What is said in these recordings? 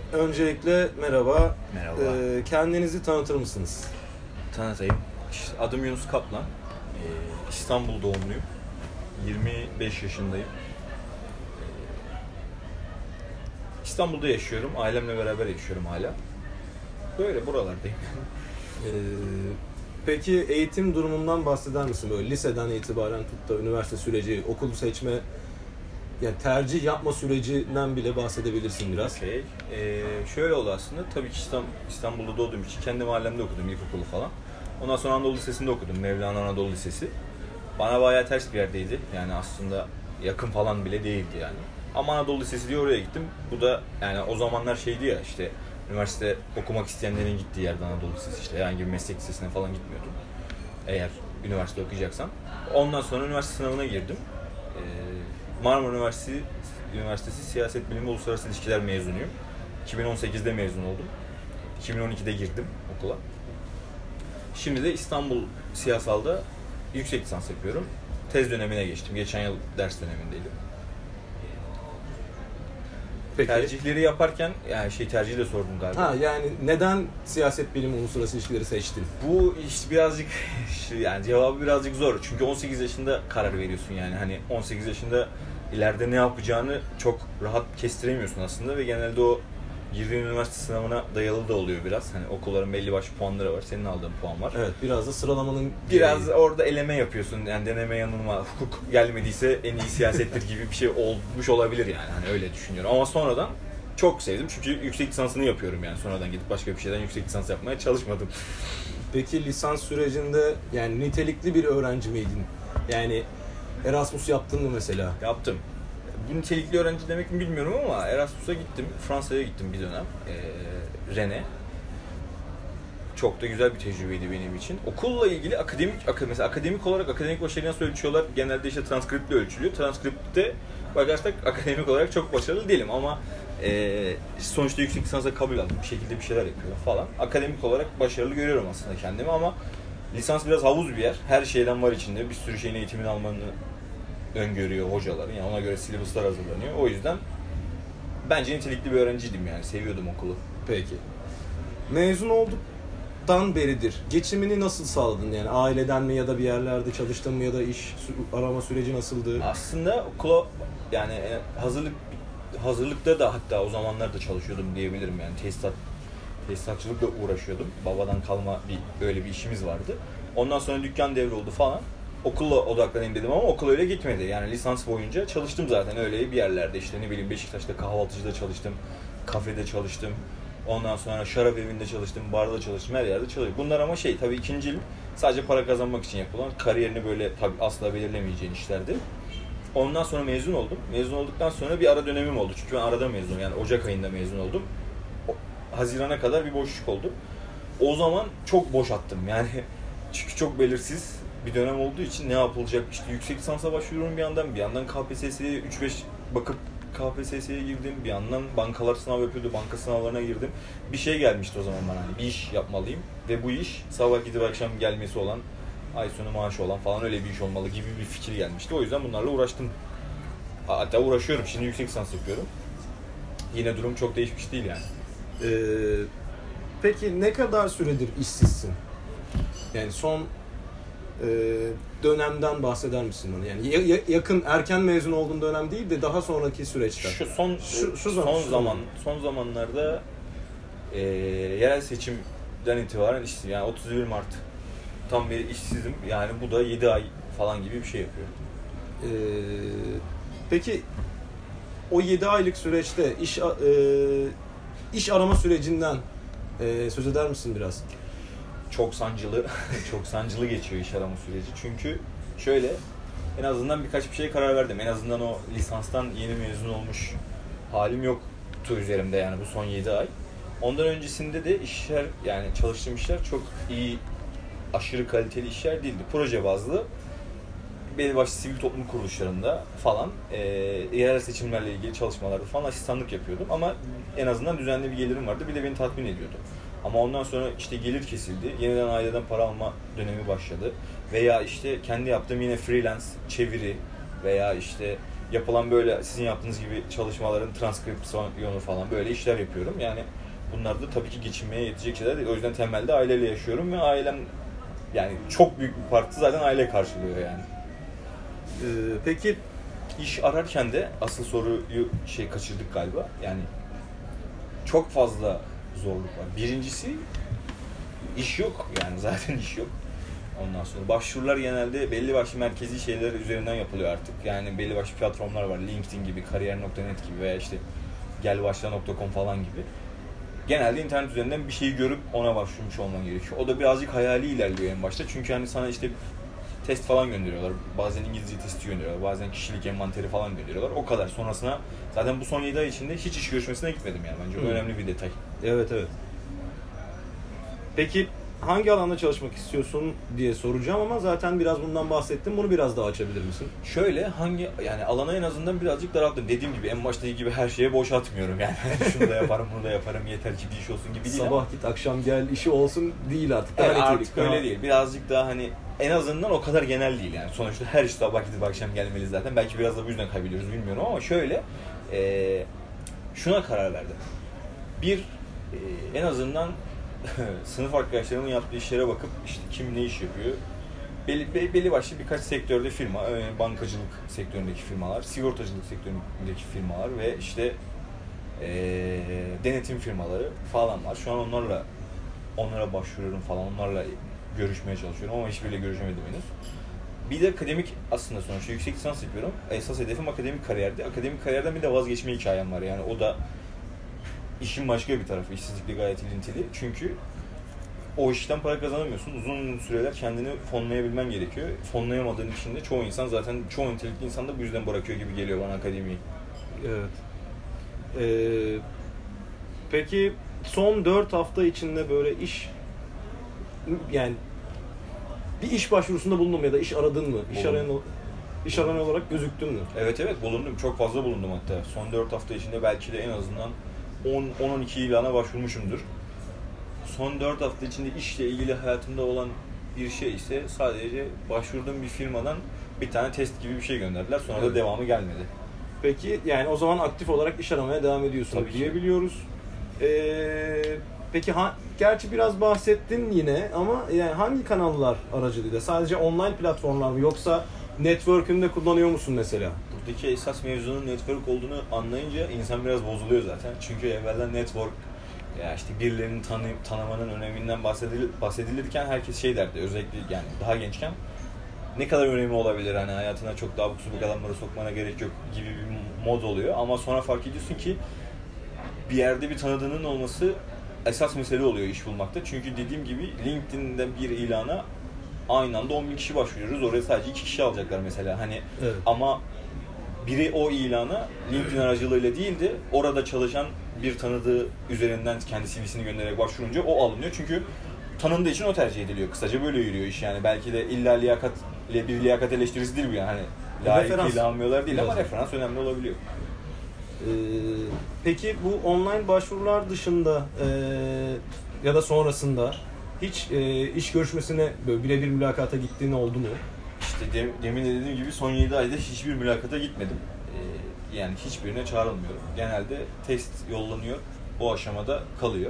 Öncelikle merhaba. Merhaba. Kendinizi tanıtır mısınız? Tanıtayım. Adım Yunus Kaplan. İstanbul doğumluyum. 25 yaşındayım. İstanbul'da yaşıyorum. Ailemle beraber yaşıyorum hala. Böyle buralardayım. Peki eğitim durumundan bahseder misin? Böyle liseden itibaren tut da üniversite süreci, okulu seçme, yani tercih yapma sürecinden bile bahsedebilirsin biraz. Okay. Şöyle oldu aslında. Tabii ki İstanbul'da doğduğum için kendi mahallemde okudum ilkokulu falan. Ondan sonra Anadolu Lisesi'nde okudum. Mevlana Anadolu Lisesi. Bana bayağı ters bir yerdeydi. Yani aslında yakın falan bile değildi yani. Ama Anadolu Lisesi diye oraya gittim. Bu da yani o zamanlar şeydi ya işte üniversite okumak isteyenlerin gittiği yerde Anadolu Lisesi işte. Herhangi bir meslek lisesine falan gitmiyordum. Eğer üniversite okuyacaksam. Ondan sonra üniversite sınavına girdim. Marmara Üniversitesi Siyaset Bilimi Uluslararası İlişkiler mezunuyum. 2018'de mezun oldum. 2012'de girdim okula. Şimdi de İstanbul Siyasal'da yüksek lisans yapıyorum. Tez dönemine geçtim. Geçen yıl ders dönemindeydim. Peki. Tercihleri yaparken tercihi de sordum galiba. Yani neden siyaset bilimi uluslararası ilişkileri seçtin? Bu iş birazcık yani cevabı birazcık zor. Çünkü 18 yaşında karar veriyorsun yani. Hani 18 yaşında ileride ne yapacağını çok rahat kestiremiyorsun aslında ve genelde o girdiğin üniversite sınavına dayalı da oluyor biraz. Hani okulların belli başlı puanları var. Senin aldığın puan var. Evet, biraz da sıralamanın biraz orada eleme yapıyorsun. Yani deneme yanılma, hukuk gelmediyse en iyi siyasettir gibi bir şey olmuş olabilir yani. Hani öyle düşünüyorum. Ama sonradan çok sevdim. Çünkü yüksek lisansını yapıyorum yani. Sonradan gidip başka bir şeyden yüksek lisans yapmaya çalışmadım. Peki lisans sürecinde yani nitelikli bir öğrenci miydin? Yani Erasmus yaptın mı mesela? Yaptım. Bu nitelikli öğrenci demek mi bilmiyorum ama Erasmus'a gittim. Fransa'ya gittim bir dönem. Rennes. Çok da güzel bir tecrübeydi benim için. Okulla ilgili akademik olarak akademik başarıyı nasıl ölçüyorlar? Genelde işte transkriptle ölçülüyor. Transkripte bakarsak akademik olarak çok başarılı değilim ama sonuçta yüksek lisansa kabul aldım. Bir şekilde bir şeyler yapıyorum falan. Akademik olarak başarılı görüyorum aslında kendimi ama lisans biraz havuz bir yer. Her şeyden var içinde. Bir sürü şeyin eğitimini almanı öngörüyor hocaların. Yani ona göre syllabuslar hazırlanıyor. O yüzden bence nitelikli bir öğrenciydim yani. Seviyordum okulu. Peki. Mezun olduktan beridir geçimini nasıl sağladın? Yani aileden mi ya da bir yerlerde çalıştın mı ya da iş arama süreci nasıldı? Aslında okula yani hazırlıkta da hatta o zamanlar da çalışıyordum diyebilirim yani tesisatçılıkla uğraşıyordum. Babadan kalma öyle bir işimiz vardı. Ondan sonra dükkan devroldu falan. Okulla odaklanayım dedim ama okul öyle gitmedi. Yani lisans boyunca çalıştım zaten öyle bir yerlerde işte ne bileyim Beşiktaş'ta kahvaltıcıda çalıştım, kafede çalıştım. Ondan sonra şarap evinde çalıştım, barda çalıştım, her yerde çalıştım. Bunlar ama tabii ikincil sadece para kazanmak için yapılan, kariyerini böyle tabii asla belirlemeyeceğin işlerdi. Ondan sonra mezun oldum. Mezun olduktan sonra bir ara dönemim oldu. Çünkü ben arada mezunum yani Ocak ayında mezun oldum. Haziran'a kadar bir boşluk oldu. O zaman çok boş attım yani çünkü çok belirsiz bir dönem olduğu için ne yapılacak işte yüksek lisansa başvuruyorum bir yandan KPSS'ye 3-5 bakıp KPSS'ye girdim, bir yandan bankalar sınav yapıyordu, banka sınavlarına girdim. Bir şey gelmişti o zaman bana hani bir iş yapmalıyım ve bu iş sabah gidip akşam gelmesi olan, ay sonu maaşı olan falan öyle bir iş olmalı gibi bir fikir gelmişti. O yüzden bunlarla uğraştım. Hatta uğraşıyorum, şimdi yüksek lisans yapıyorum. Yine durum çok değişmiş değil yani. Peki ne kadar süredir işsizsin? Yani son dönemden bahseder misin bana? Yani yakın erken mezun olduğun dönem değil de daha sonraki süreçte. Son zamanlarda yerel seçimden itibaren işsizim. Yani 31 Mart tam bir işsizim. Yani bu da 7 ay falan gibi bir şey yapıyor. Peki o 7 aylık süreçte iş arama sürecinden söz eder misin biraz? Çok sancılı geçiyor iş arama süreci. Çünkü şöyle, en azından birkaç bir şeye karar verdim. En azından o lisanstan yeni mezun olmuş halim yoktu üzerimde yani bu son 7 ay. Ondan öncesinde de işler yani çalıştığım işler çok iyi, aşırı kaliteli işler değildi. Proje bazlı, belli başlı sivil toplum kuruluşlarında falan yerel seçimlerle ilgili çalışmalarda falan asistanlık yapıyordum. Ama en azından düzenli bir gelirim vardı. Bir de beni tatmin ediyordu. Ama ondan sonra işte gelir kesildi. Yeniden aileden para alma dönemi başladı. Veya işte kendi yaptığım yine freelance, çeviri veya işte yapılan böyle sizin yaptığınız gibi çalışmaların transkripsiyonu falan böyle işler yapıyorum. Yani bunlar da tabii ki geçinmeye yetecek şeyler değil. O yüzden temelde aileyle yaşıyorum ve ailem yani çok büyük bir parti zaten aile karşılıyor yani. Peki iş ararken de asıl soruyu kaçırdık galiba. Yani çok fazla zorluk var. Birincisi iş yok. Yani zaten iş yok. Ondan sonra başvurular genelde belli başlı merkezi şeyler üzerinden yapılıyor artık. Yani belli başlı platformlar var. LinkedIn gibi, kariyer.net gibi veya işte gelbaşla.com falan gibi. Genelde internet üzerinden bir şeyi görüp ona başvurmuş olman gerekiyor. O da birazcık hayali ilerliyor en başta. Çünkü hani sana işte test falan gönderiyorlar. Bazen İngilizce testi gönderiyorlar. Bazen kişilik envanteri falan gönderiyorlar. O kadar. Sonrasına zaten bu son 7 ay içinde hiç iş görüşmesine gitmedim yani. Bence o önemli bir detay. Evet. Peki hangi alanda çalışmak istiyorsun diye soracağım ama zaten biraz bundan bahsettim. Bunu biraz daha açabilir misin? Şöyle yani alana en azından birazcık daralttım. Dediğim gibi en baştaki gibi her şeye boş atmıyorum yani. Şunu da yaparım, bunu da yaparım. Yeter ki bir iş olsun gibi değil. Sabah git, akşam gel, işi olsun değil artık. Evet, artık öyle değil. Birazcık daha hani en azından o kadar genel değil yani. Sonuçta her iş sabah gidip akşam gelmeli zaten. Belki biraz da bu yüzden kaybediyoruz bilmiyorum ama şöyle şuna karar verdim. En azından sınıf arkadaşlarımın yaptığı işlere bakıp işte kim ne iş yapıyor. Belli başlı birkaç sektörde firma, bankacılık sektöründeki firmalar, sigortacılık sektöründeki firmalar ve işte denetim firmaları falan var. Şu an onlara başvuruyorum falan, onlarla görüşmeye çalışıyorum ama hiçbiriyle görüşemedim henüz. Bir de akademik aslında sonuçta yüksek lisans yapıyorum. Esas hedefim akademik kariyerdi. Akademik kariyerden bir de vazgeçme hikayem var yani o da işin başka bir tarafı, işsizlikle gayet ilintili. Çünkü o işten para kazanamıyorsun. Uzun süreler kendini fonlayabilmen gerekiyor. Fonlayamadığın için de çoğu nitelikli insan da bu yüzden bırakıyor gibi geliyor bana akademiyi. Evet. Peki son 4 hafta içinde böyle yani bir iş başvurusunda bulundun mu ya da iş aradın mı? İş arayan olarak gözüktün mü? Evet bulundum. Çok fazla bulundum hatta. Son 4 hafta içinde belki de en azından 10-12 ilana başvurmuşumdur. Son 4 hafta içinde işle ilgili hayatımda olan bir şey ise sadece başvurduğum bir firmadan bir tane test gibi bir şey gönderdiler. Sonra da devamı gelmedi. Peki yani o zaman aktif olarak iş aramaya devam ediyorsun diyebiliyoruz. Peki gerçi biraz bahsettin yine ama yani hangi kanallar aracılığıyla? Sadece online platformlar mı yoksa network'ünü de kullanıyor musun mesela? Buradaki esas mevzunun network olduğunu anlayınca insan biraz bozuluyor zaten. Çünkü evvelden network ya işte birilerini tanımanın öneminden bahsedilirken herkes derdi. Özellikle yani daha gençken ne kadar önemi olabilir hani hayatına çok daha abuk subuk adamları sokmana gerek yok gibi bir mod oluyor. Ama sonra fark ediyorsun ki bir yerde bir tanıdığının olması esas mesele oluyor iş bulmakta. Çünkü dediğim gibi LinkedIn'den bir ilana aynı anda 10.000 kişi başvuruyoruz. Oraya sadece 2 kişi alacaklar mesela. Hani ama biri o ilana LinkedIn aracılığıyla değil de orada çalışan bir tanıdığı üzerinden kendi CV'sini göndererek başvurunca o alınıyor. Çünkü tanındığı için o tercih ediliyor. Kısaca böyle yürüyor iş yani. Belki de illa liyakat eleştirisi değil bu yani. Hani layıkıyla almıyorlar değil ama referans önemli olabiliyor. Peki bu online başvurular dışında ya da sonrasında hiç iş görüşmesine böyle birebir mülakata gittiğin oldu mu? İşte demin de dediğim gibi son 7 ayda hiçbir mülakata gitmedim. Yani hiçbirine çağrılmıyorum. Genelde test yollanıyor. O aşamada kalıyor.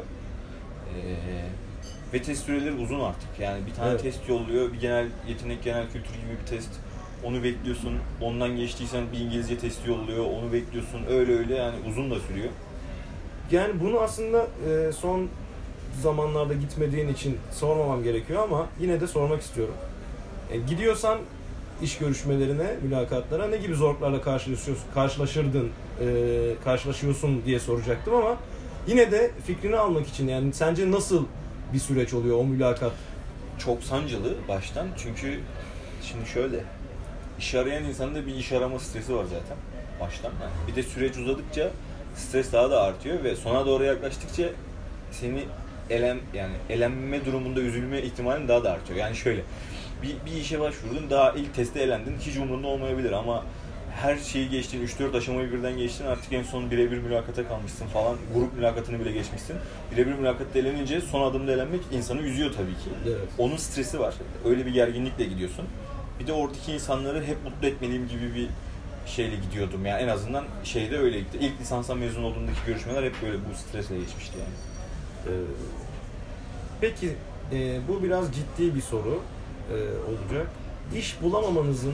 Ve test süreleri uzun artık. Yani bir tane test yolluyor. Bir genel yetenek, genel kültür gibi bir test. Onu bekliyorsun. Ondan geçtiysen bir İngilizce testi yolluyor. Onu bekliyorsun. Öyle yani uzun da sürüyor. Yani bunu aslında son zamanlarda gitmediğin için sormamam gerekiyor ama yine de sormak istiyorum. Gidiyorsan iş görüşmelerine, mülakatlara ne gibi zorluklarla karşılaşıyorsun diye soracaktım ama yine de fikrini almak için yani sence nasıl bir süreç oluyor o mülakat? Çok sancılı baştan çünkü şimdi şöyle iş arayan insanda bir iş arama stresi var zaten baştan. Bir de süreç uzadıkça stres daha da artıyor ve sona doğru yaklaştıkça seni elenme durumunda üzülme ihtimalin daha da artıyor. Yani şöyle bir işe başvurdun, daha ilk testte elendin, hiç umurunda olmayabilir ama her şeyi geçtin, 3-4 aşamayı birden geçtin, artık en son birebir mülakata kalmışsın falan, grup mülakatını bile geçmişsin. Birebir mülakatta elenince son adımda elenmek insanı üzüyor tabii ki. Evet. Onun stresi var, öyle bir gerginlikle gidiyorsun. Bir de oradaki insanları hep mutlu etmeliyim gibi bir şeyle gidiyordum yani en azından şeyde öyle gitti. İlk lisanstan mezun olduğumdaki görüşmeler hep böyle bu stresle geçmişti yani. Peki bu biraz ciddi bir soru olacak. İş bulamamanızın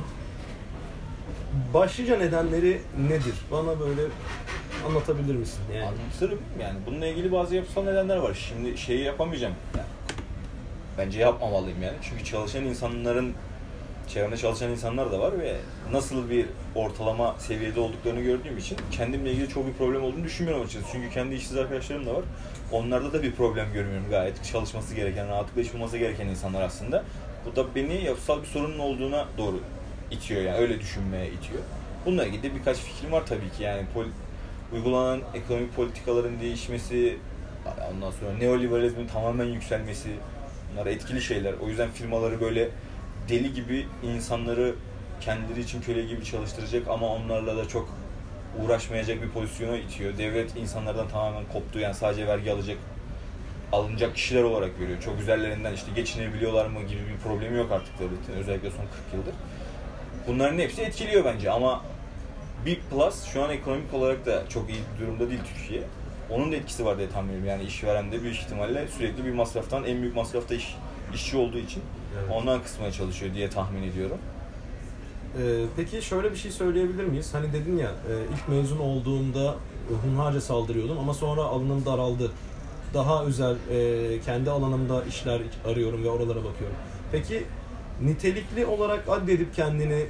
başlıca nedenleri nedir? Bana böyle anlatabilir misin? Yani. Anlatırım. Yani bununla ilgili bazı yapısal nedenler var. Şimdi şeyi yapamayacağım. Yani, bence yapmamalıyım yani. Çünkü çalışan insanların, çevremde çalışan insanlar da var ve nasıl bir ortalama seviyede olduklarını gördüğüm için kendimle ilgili çok bir problem olduğunu düşünmüyorum açıkçası. Çünkü kendi işsiz arkadaşlarım da var. Onlarda da bir problem görmüyorum gayet. Çalışması gereken, rahatlıkla iş bulması gereken insanlar aslında. Bu da beni yapısal bir sorunun olduğuna doğru itiyor yani. Öyle düşünmeye itiyor. Bununla ilgili de birkaç fikrim var tabii ki yani. Uygulanan ekonomik politikaların değişmesi, ondan sonra neoliberalizmin tamamen yükselmesi, bunlar etkili şeyler. O yüzden firmaları böyle deli gibi insanları kendileri için köle gibi çalıştıracak ama onlarla da çok uğraşmayacak bir pozisyona itiyor. Devlet insanlardan tamamen koptu yani sadece vergi alınacak kişiler olarak görüyor. Çok üzerlerinden işte geçinebiliyorlar mı gibi bir problemi yok artık devletin özellikle son 40 yıldır. Bunların hepsi etkiliyor bence ama bir plus şu an ekonomik olarak da çok iyi bir durumda değil Türkiye. Onun da etkisi var diye tahmin ediyorum. Yani işveren de büyük ihtimalle sürekli bir masraftan, en büyük masraf da işçi olduğu için ondan kısmaya çalışıyor diye tahmin ediyorum. Peki şöyle bir şey söyleyebilir miyiz? Hani dedin ya ilk mezun olduğumda hunharca saldırıyordum ama sonra alanım daraldı. Daha özel kendi alanımda işler arıyorum ve oralara bakıyorum. Peki nitelikli olarak addedip kendini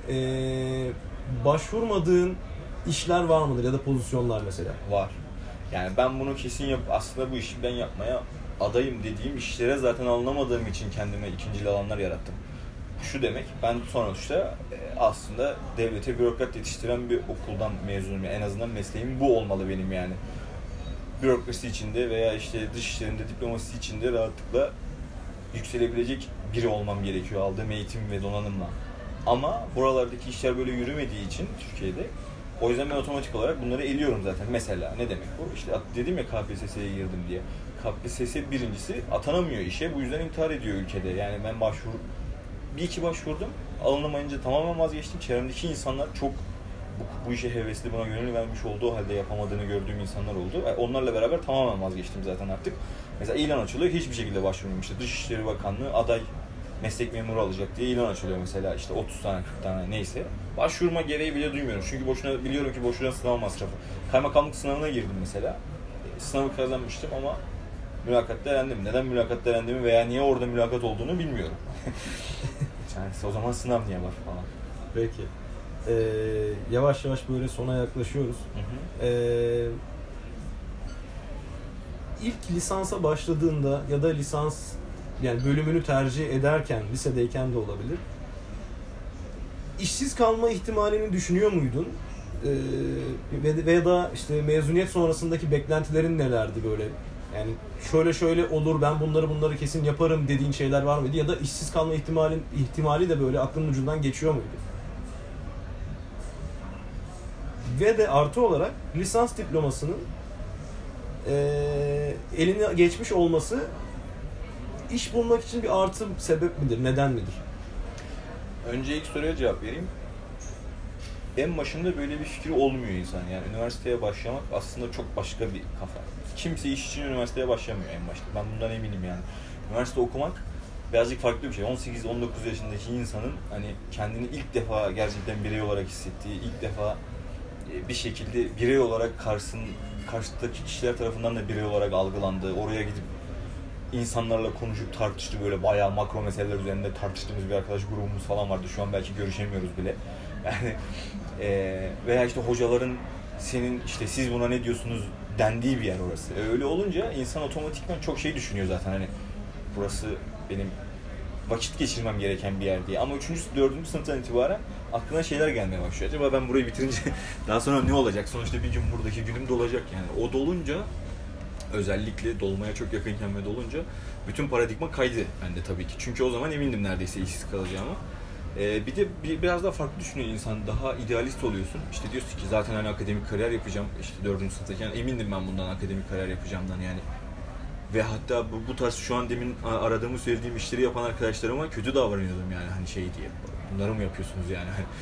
başvurmadığın işler var mıdır ya da pozisyonlar mesela? Var. Yani ben bunu kesin aslında bu işi ben yapmaya adayım dediğim işlere zaten alınamadığım için kendime ikincil alanlar yarattım. Şu demek, ben sonuçta aslında devlete bürokrat yetiştiren bir okuldan mezunum. Yani en azından mesleğim bu olmalı benim yani. Bürokrasi içinde veya işte dış işlerinde diplomasi içinde rahatlıkla yükselebilecek biri olmam gerekiyor aldığım eğitim ve donanımla. Ama buralardaki işler böyle yürümediği için Türkiye'de o yüzden ben otomatik olarak bunları eliyorum zaten. Mesela ne demek bu? İşte dedim ya KPSS'ye girdim diye. KPSS birincisi atanamıyor işe. Bu yüzden intihar ediyor ülkede. Yani ben bir iki başvurdum. Alınamayınca tamamen vazgeçtim. Çevremdeki insanlar çok bu işe hevesli, buna gönül vermiş olduğu halde yapamadığını gördüğüm insanlar oldu. Onlarla beraber tamamen vazgeçtim zaten artık. Mesela ilan açılıyor. Hiçbir şekilde başvurmuyorum. İşte Dışişleri Bakanlığı aday meslek memuru alacak diye ilan açılıyor mesela işte 30 tane 40 tane neyse. Başvurma gereği bile duymuyorum. Çünkü biliyorum ki boşuna sınav masrafı. Kaymakamlık sınavına girdim mesela. Sınavı kazanmıştım ama mülakatta elendim. Neden mülakatta elendiğimi veya niye orada mülakat olduğunu bilmiyorum. Yani o zaman sınav niye var falan. Peki. Yavaş yavaş böyle sona yaklaşıyoruz. İlk lisansa başladığında ya da lisans yani bölümünü tercih ederken, lisedeyken de olabilir. İşsiz kalma ihtimalini düşünüyor muydun? Veya da işte mezuniyet sonrasındaki beklentilerin nelerdi böyle? Yani şöyle olur, ben bunları kesin yaparım dediğin şeyler var mıydı? Ya da işsiz kalma ihtimali de böyle aklının ucundan geçiyor muydu? Ve de artı olarak lisans diplomasının eline geçmiş olması iş bulmak için bir artı sebep midir, neden midir? Önce ilk soruya cevap vereyim. En başında böyle bir fikri olmuyor insan. Yani üniversiteye başlamak aslında çok başka bir kafa. Kimse iş için üniversiteye başlamıyor en başta. Ben bundan eminim yani. Üniversite okumak birazcık farklı bir şey. 18-19 yaşındaki insanın hani kendini ilk defa gerçekten birey olarak hissettiği, ilk defa bir şekilde birey olarak karşıdaki kişiler tarafından da birey olarak algılandığı, oraya gidip insanlarla konuşup tartıştı, böyle bayağı makro meseleler üzerinde tartıştığımız bir arkadaş grubumuz falan vardı. Şu an belki görüşemiyoruz bile. Yani veya işte hocaların senin işte siz buna ne diyorsunuz dendiği bir yer orası. Öyle olunca insan otomatikman çok şey düşünüyor zaten hani burası benim vakit geçirmem gereken bir yer diye. Ama 3. 4. sınıftan itibaren aklına şeyler gelmeye başlıyor. Acaba ben burayı bitirince daha sonra ne olacak? Sonuçta bir gün buradaki günüm dolacak yani. O dolunca özellikle dolmaya çok yakınken ve dolunca bütün paradigma kaydı bende tabii ki. Çünkü o zaman emindim neredeyse işsiz kalacağıma. Bir de biraz daha farklı düşünüyor insan. Daha idealist oluyorsun. İşte diyorsun ki zaten hani akademik kariyer yapacağım. İşte 4. sınıftayken emindim ben bundan akademik kariyer yapacağımdan yani. Ve hatta bu tarz şu an demin aradığımı söylediğim işleri yapan arkadaşlarıma kötü davranıyordum yani hani şey diye. Bunları mı yapıyorsunuz yani?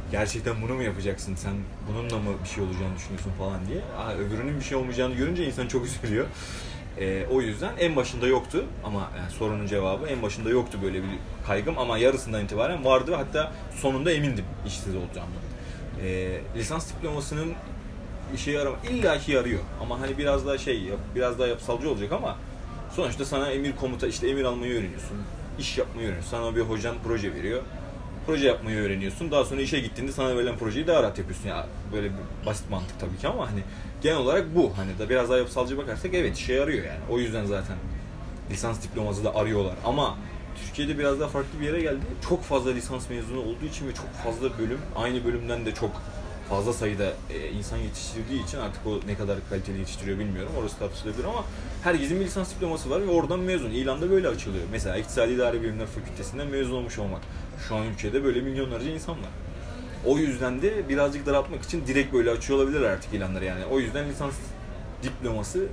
gerçekten bunu mu yapacaksın, sen bununla mı bir şey olacağını düşünüyorsun falan diye. Öbürünün bir şey olmayacağını görünce insan çok üzülüyor. O yüzden en başında yoktu ama yani sorunun cevabı en başında yoktu böyle bir kaygım ama yarısından itibaren vardı ve hatta sonunda emindim işsiz olacağımdan. Lisans diplomasının işe illaki yarıyor ama hani biraz daha biraz daha yapısalcı olacak ama sonuçta sana emir komuta, işte emir almayı öğreniyorsun, iş yapmayı öğreniyorsun. Sana bir hocan proje veriyor, proje yapmayı öğreniyorsun. Daha sonra işe gittiğinde sana verilen projeyi daha rahat yapıyorsun. Ya böyle bir basit mantık tabii ki ama hani genel olarak bu. Hani da biraz daha yapısalcı bakarsak evet işe yarıyor yani. O yüzden zaten lisans diploması da arıyorlar ama Türkiye'de biraz daha farklı bir yere geldi. Çok fazla lisans mezunu olduğu için ve çok fazla bölüm, aynı bölümden de çok fazla sayıda insan yetiştirdiği için artık o ne kadar kaliteli yetiştiriyor bilmiyorum. Orası tartışılabilir ama herkesin bir lisans diploması var ve oradan mezun. İlanda böyle açılıyor. Mesela İktisadi İdari Bilimler Fakültesinden mezun olmuş olmak. Şu an ülkede böyle milyonlarca insan var. O yüzden de birazcık daraltmak için direkt böyle açıyor olabilir artık ilanları yani. O yüzden lisans diploması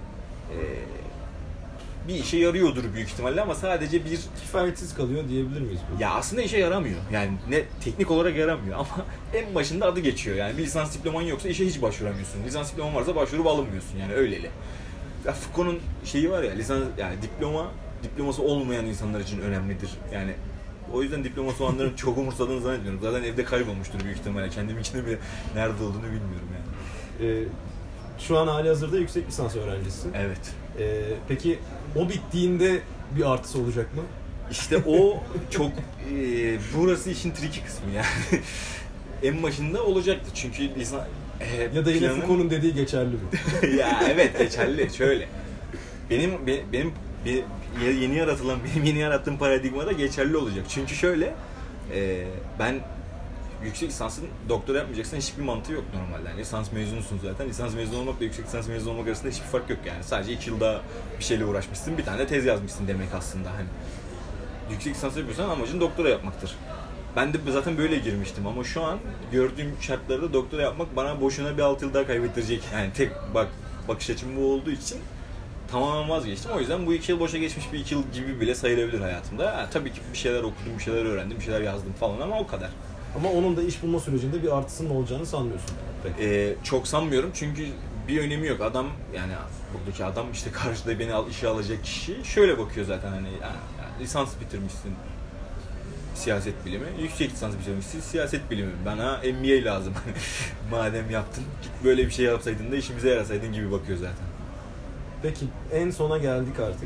bir işe yarıyordur büyük ihtimalle ama sadece bir kifayetsiz kalıyor diyebilir miyiz bu? Ya aslında işe yaramıyor. Yani ne teknik olarak yaramıyor ama en başında adı geçiyor. Yani bir lisans diploman yoksa işe hiç başvuramıyorsun. Lisans diploman varsa başvurup alınmıyorsun. Yani öyleli. Ya Foucault'un şeyi var ya, lisans yani diploması olmayan insanlar için önemlidir. Yani o yüzden diploması olanların çok umursadığını zannetmiyorum. Zaten evde kaybolmuştur büyük ihtimalle. Kendim içinde bile nerede olduğunu bilmiyorum yani. Şu an halihazırda yüksek lisans öğrencisisin. Evet. Peki o bittiğinde bir artısı olacak mı? İşte o çok burası işin tricky kısmı yani. En başında olacaktı çünkü ya da yine Foucault'un dediği geçerli mi? Ya evet geçerli. Şöyle. Benim yeni yarattığım paradigmada geçerli olacak. Çünkü şöyle ben yüksek lisansın doktora yapmayacaksan hiçbir mantığı yok normalde. Yani lisans mezunusun zaten. Lisans mezunu olmakla yüksek lisans mezunu olmak arasında hiçbir fark yok yani. Sadece 2 yılda bir şeyle uğraşmışsın, bir tane de tez yazmışsın demek aslında. Hani yüksek lisans yapıyorsan amacın doktora yapmaktır. Ben de zaten böyle girmiştim ama şu an gördüğüm şartlarda doktora yapmak bana boşuna bir 6 yıl daha kaybettirecek. Yani tek bakış açım bu olduğu için tamamen vazgeçtim. O yüzden bu 2 yıl boşa geçmiş bir 2 yıl gibi bile sayılabilir hayatımda. Yani tabii ki bir şeyler okudum, bir şeyler öğrendim, bir şeyler yazdım falan ama o kadar. Ama onun da iş bulma sürecinde bir artısının olacağını sanmıyorsun. Çok sanmıyorum çünkü bir önemi yok. Adam yani buradaki adam işte karşıda beni işe alacak kişi şöyle bakıyor zaten hani yani lisans bitirmişsin siyaset bilimi, yüksek lisans bitirmişsin siyaset bilimi. Bana MBA lazım. Madem yaptın git böyle bir şey yapsaydın da işimize yarasaydın gibi bakıyor zaten. Peki en sona geldik artık.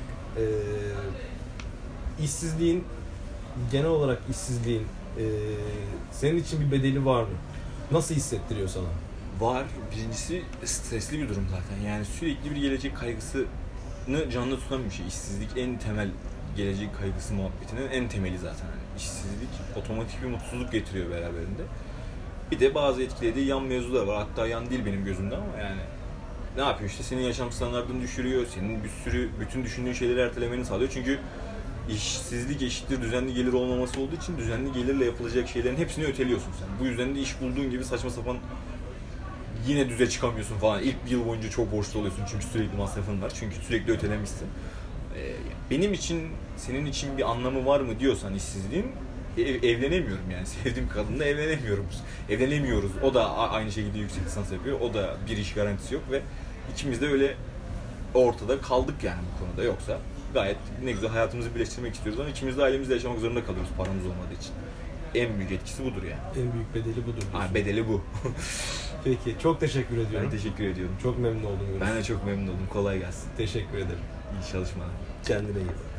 İşsizliğin genel olarak senin için bir bedeli var mı? Nasıl hissettiriyor sana? Var. Birincisi stresli bir durum zaten. Yani sürekli bir gelecek kaygısını canlı tutan bir şey. İşsizlik en temel gelecek kaygısı muhabbetinin en temeli zaten. Yani işsizlik otomatik bir mutsuzluk getiriyor beraberinde. Bir de bazı etkilediği yan mevzular var. Hatta yan değil benim gözümde ama yani ne yapıyor işte senin yaşam standartını düşürüyor. Senin bütün düşündüğün şeyleri ertelemeni sağlıyor. Çünkü İşsizlik eşittir düzenli gelir olmaması olduğu için düzenli gelirle yapılacak şeylerin hepsini öteliyorsun sen. Bu yüzden de iş bulduğun gibi saçma sapan yine düze çıkamıyorsun falan. İlk bir yıl boyunca çok borçlu oluyorsun çünkü sürekli masrafın var. Çünkü sürekli ötelemişsin. Benim için, senin için bir anlamı var mı diyorsan işsizliğin evlenemiyorum yani. Sevdiğim kadınla evlenemiyoruz. O da aynı şekilde yüksek lisans yapıyor. O da bir iş garantisi yok ve ikimiz de öyle ortada kaldık yani bu konuda. Yoksa gayet ne güzel hayatımızı birleştirmek istiyoruz ama ikimiz de ailemizle yaşamak zorunda kalıyoruz paramız olmadığı için. En büyük etkisi budur yani. En büyük bedeli budur diyorsun. Bedeli bu. Peki, çok teşekkür ediyorum. Ben teşekkür ediyorum. Çok memnun oldum. Ben de çok memnun oldum. Kolay gelsin. Teşekkür ederim. İyi çalışmalar. Kendine iyi bak.